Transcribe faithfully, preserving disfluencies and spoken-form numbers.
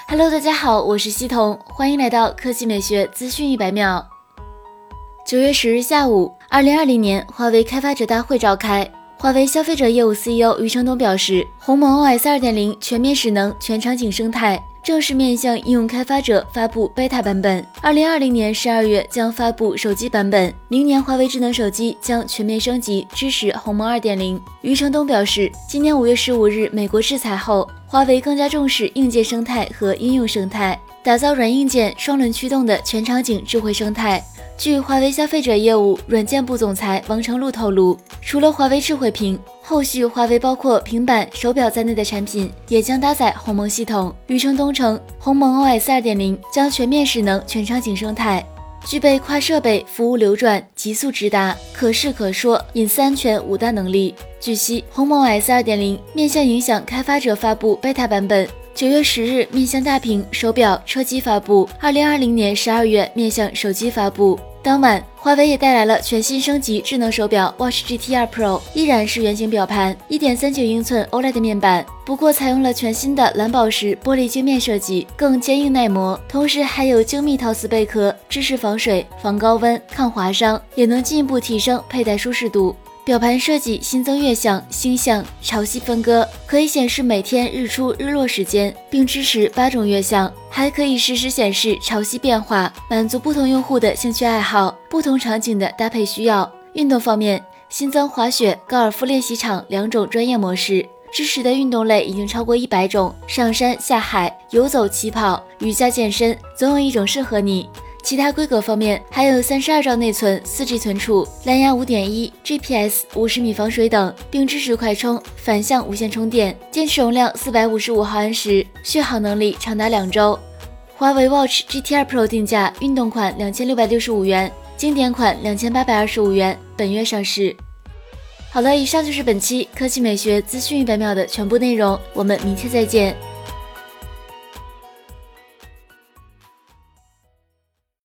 Hello， 大家好，我是西彤，欢迎来到科技美学资讯一百秒。九月十日下午，二零二零年华为开发者大会召开。华为消费者业务 C E O 余承东表示，鸿蒙 O S 二点零 全面势能、全场景生态正式面向应用开发者发布 Beta 版本。二零二零年十二月将发布手机版本，明年华为智能手机将全面升级，支持鸿蒙 二点零。余承东表示，今年五月十五日美国制裁后，华为更加重视硬件生态和应用生态，打造软硬件双轮驱动的全场景智慧生态。据华为消费者业务软件部总裁王成禄透露，除了华为智慧屏，后续华为包括平板、手表在内的产品也将搭载鸿蒙系统。余承东称，鸿蒙 O S 二点零 将全面势能、全场景生态，具备跨设备、服务流转、极速直达、可视可说、隐私安全五大能力。据悉，鸿蒙 O S 二点零 面向影响开发者发布 Beta 版本。九月十日面向大屏、手表、车机发布，二零二零年十二月面向手机发布。当晚，华为也带来了全新升级智能手表 Watch G T 二 Pro， 依然是圆形表盘 一点三九英寸 O L E D 面板，不过采用了全新的蓝宝石玻璃镜面设计，更坚硬耐磨，同时还有精密陶瓷贝壳，支持防水、防高温、抗划伤，也能进一步提升佩戴舒适度。表盘设计新增月相、星象、潮汐分割，可以显示每天日出日落时间，并支持八种月相，还可以实时显示潮汐变化，满足不同用户的兴趣爱好、不同场景的搭配需要。运动方面，新增滑雪、高尔夫练习场两种专业模式，支持的运动类已经超过一百种，上山下海、游走起跑、瑜伽健身，总有一种适合你。其他规格方面，还有三十二兆内存、四 G 存储、蓝牙 五点一、G P S、五十米防水等，并支持快充、反向无线充电，电池容量四百五十五毫安时，续航能力长达两周。华为 Watch G T 二 Pro 定价运动款两千六百六十五元，经典款两千八百二十五元，本月上市。好了，以上就是本期科技美学资讯一百秒的全部内容，我们明天再见。